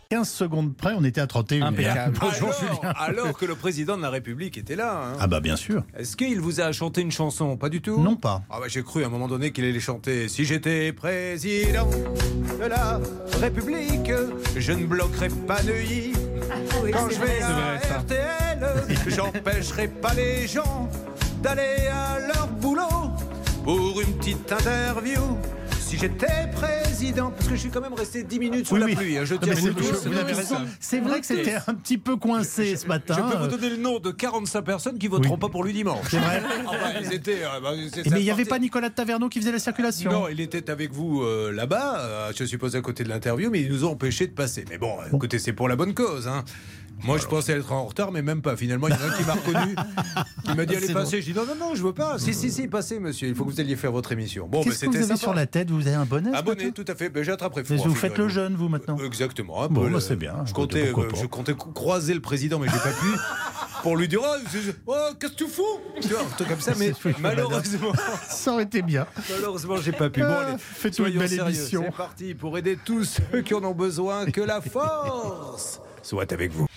15 secondes près, on était à 31. Impeccable. Bonjour Julien. Alors que le président de la République était là. Hein. Ah bah bien sûr. Est-ce qu'il vous a chanté une chanson? Pas du tout. Non pas. Ah bah j'ai cru à un moment donné qu'il allait chanter. Si j'étais président de la République, je ne bloquerais pas Neuilly. Quand je vais à RTL, j'empêcherai pas les gens d'aller à leur boulot pour une petite interview. Si j'étais président, parce que je suis quand même resté 10 minutes sous la pluie, hein, je tiens à vous le dire. Vous avez raison. C'est vrai que c'était un petit peu coincé ce matin. Je peux vous donner le nom de 45 personnes qui voteront pas pour lui dimanche. C'est vrai. Ils étaient, mais il n'y avait pas Nicolas de Taverneau qui faisait la circulation. Non, il était avec vous là-bas, je suppose à côté de l'interview, mais ils nous ont empêchés de passer. Mais bon, écoutez, c'est pour la bonne cause. Hein. Moi, je pensais être en retard, mais même pas. Finalement, il y en a un qui m'a reconnu. Il m'a dit allez passer. Je dis non, je veux pas. Si, passez, monsieur. Il faut que vous alliez faire votre émission. Bon, qu'est-ce que vous avez sur la tête? Vous avez un bonnet? Un bonnet, tout à fait. Ben, j'ai attrapé froid. Vous faites le jeune, vous, maintenant? Exactement. Bon, c'est bien. Je comptais croiser le président, mais j'ai pas pu. Pour lui dire qu'est-ce que tu fous? Tu vois, un truc comme ça, mais malheureusement. Ça aurait été bien. Malheureusement, j'ai pas pu. Bon, allez, faites une belle émission. C'est parti pour aider tous ceux qui en ont besoin. Que la force soit avec vous.